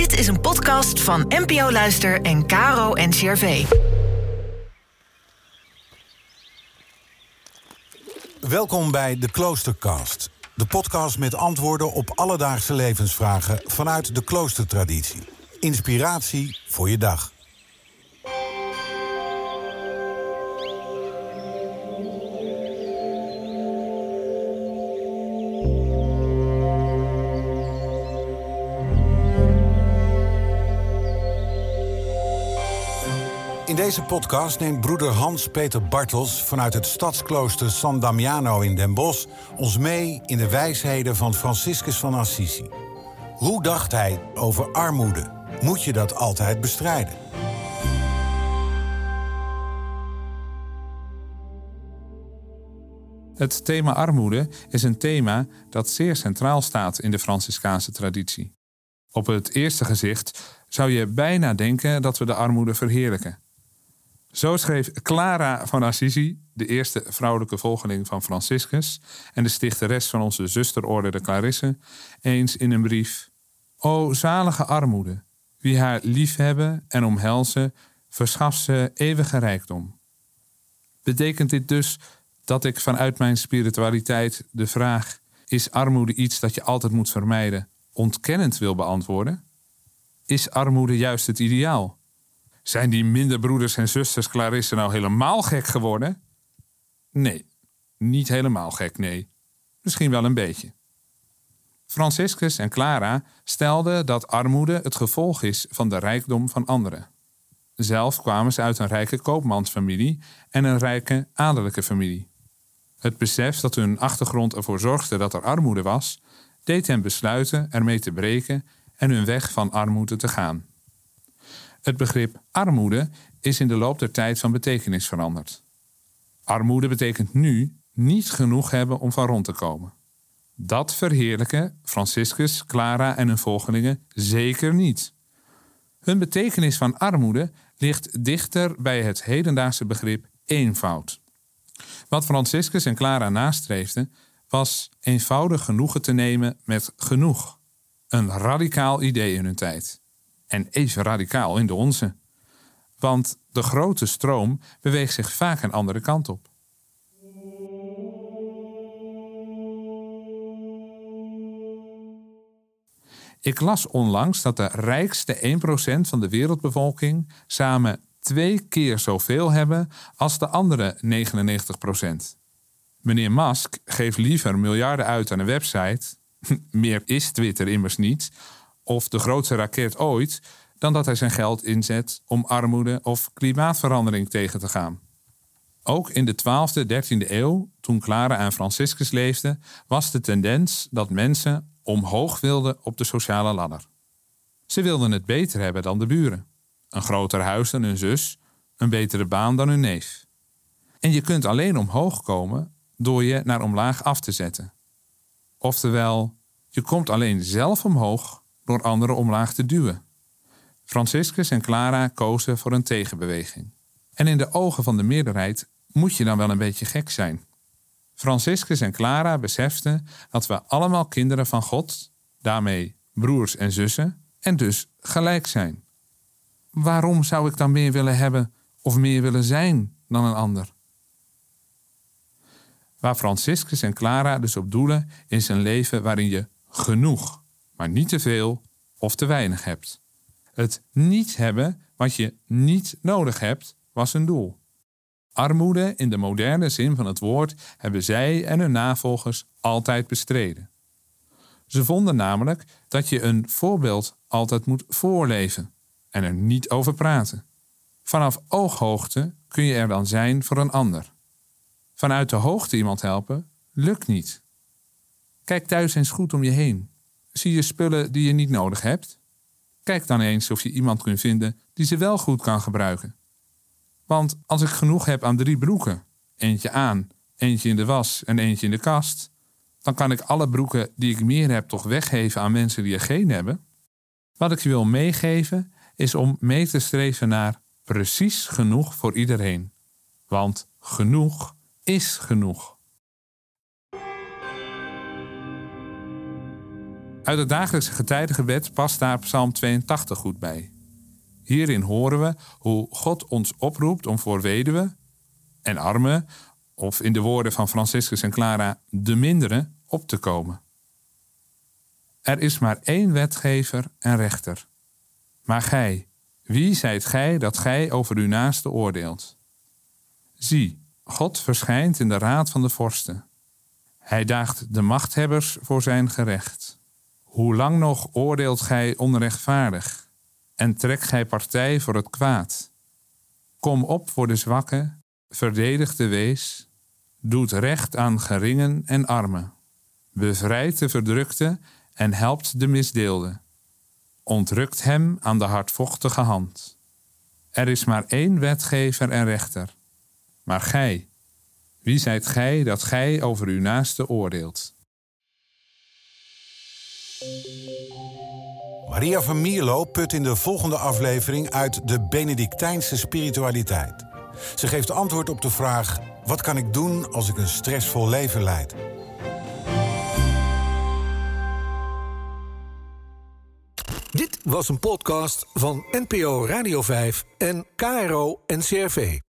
Dit is een podcast van NPO Luister en Caro NCRV. Welkom bij de Kloostercast. De podcast met antwoorden op alledaagse levensvragen vanuit de kloostertraditie. Inspiratie voor je dag. In deze podcast neemt broeder Hans-Peter Bartels vanuit het stadsklooster San Damiano in Den Bosch ons mee in de wijsheden van Franciscus van Assisi. Hoe dacht hij over armoede? Moet je dat altijd bestrijden? Het thema armoede is een thema dat zeer centraal staat in de Franciscaanse traditie. Op het eerste gezicht zou je bijna denken dat we de armoede verheerlijken. Zo schreef Clara van Assisi, de eerste vrouwelijke volgeling van Franciscus en de stichteres van onze zusterorde de Clarisse, eens in een brief: O zalige armoede, wie haar liefhebben en omhelzen, verschaft ze eeuwige rijkdom. Betekent dit dus dat ik vanuit mijn spiritualiteit de vraag: is armoede iets dat je altijd moet vermijden, ontkennend wil beantwoorden? Is armoede juist het ideaal? Zijn die minder broeders en zusters Clarisse nou helemaal gek geworden? Nee, niet helemaal gek, nee. Misschien wel een beetje. Franciscus en Clara stelden dat armoede het gevolg is van de rijkdom van anderen. Zelf kwamen ze uit een rijke koopmansfamilie en een rijke adellijke familie. Het besef dat hun achtergrond ervoor zorgde dat er armoede was, deed hen besluiten ermee te breken en hun weg van armoede te gaan. Het begrip armoede is in de loop der tijd van betekenis veranderd. Armoede betekent nu niet genoeg hebben om van rond te komen. Dat verheerlijken Franciscus, Clara en hun volgelingen zeker niet. Hun betekenis van armoede ligt dichter bij het hedendaagse begrip eenvoud. Wat Franciscus en Clara nastreefden, was eenvoudig genoegen te nemen met genoeg. Een radicaal idee in hun tijd. En even radicaal in de onze. Want de grote stroom beweegt zich vaak een andere kant op. Ik las onlangs dat de rijkste 1% van de wereldbevolking samen 2 keer zoveel hebben als de andere 99%. Meneer Musk geeft liever miljarden uit aan een website, meer is Twitter immers niet, of de grootste raket ooit, dan dat hij zijn geld inzet om armoede of klimaatverandering tegen te gaan. Ook in de 12e, 13e eeuw, toen Clara en Franciscus leefden, was de tendens dat mensen omhoog wilden op de sociale ladder. Ze wilden het beter hebben dan de buren. Een groter huis dan hun zus, een betere baan dan hun neef. En je kunt alleen omhoog komen door je naar omlaag af te zetten. Oftewel, je komt alleen zelf omhoog door anderen omlaag te duwen. Franciscus en Clara kozen voor een tegenbeweging. En in de ogen van de meerderheid moet je dan wel een beetje gek zijn. Franciscus en Clara beseften dat we allemaal kinderen van God, daarmee broers en zussen, en dus gelijk zijn. Waarom zou ik dan meer willen hebben of meer willen zijn dan een ander? Waar Franciscus en Clara dus op doelen is een leven waarin je genoeg, maar niet te veel of te weinig hebt. Het niet hebben wat je niet nodig hebt, was hun doel. Armoede in de moderne zin van het woord hebben zij en hun navolgers altijd bestreden. Ze vonden namelijk dat je een voorbeeld altijd moet voorleven en er niet over praten. Vanaf ooghoogte kun je er dan zijn voor een ander. Vanuit de hoogte iemand helpen lukt niet. Kijk thuis eens goed om je heen. Zie je spullen die je niet nodig hebt? Kijk dan eens of je iemand kunt vinden die ze wel goed kan gebruiken. Want als ik genoeg heb aan 3 broeken, eentje aan, eentje in de was en eentje in de kast, dan kan ik alle broeken die ik meer heb toch weggeven aan mensen die er geen hebben. Wat ik je wil meegeven is om mee te streven naar precies genoeg voor iedereen. Want genoeg is genoeg. Uit het dagelijkse getijdengebed past daar Psalm 82 goed bij. Hierin horen we hoe God ons oproept om voor weduwen en armen, of in de woorden van Franciscus en Clara, de minderen, op te komen. Er is maar één wetgever en rechter. Maar gij, wie zijt gij dat gij over uw naaste oordeelt? Zie, God verschijnt in de raad van de vorsten. Hij daagt de machthebbers voor zijn gerecht. Hoe lang nog oordeelt gij onrechtvaardig en trekt gij partij voor het kwaad? Kom op voor de zwakken, verdedig de wees, doet recht aan geringen en armen, bevrijdt de verdrukte en helpt de misdeelde, ontrukt hem aan de hardvochtige hand. Er is maar één wetgever en rechter. Maar gij, wie zijt gij dat gij over uw naaste oordeelt? Maria van Mierlo put in de volgende aflevering uit de Benedictijnse spiritualiteit. Ze geeft antwoord op de vraag: wat kan ik doen als ik een stressvol leven leid? Dit was een podcast van NPO Radio 5 en KRO NCRV.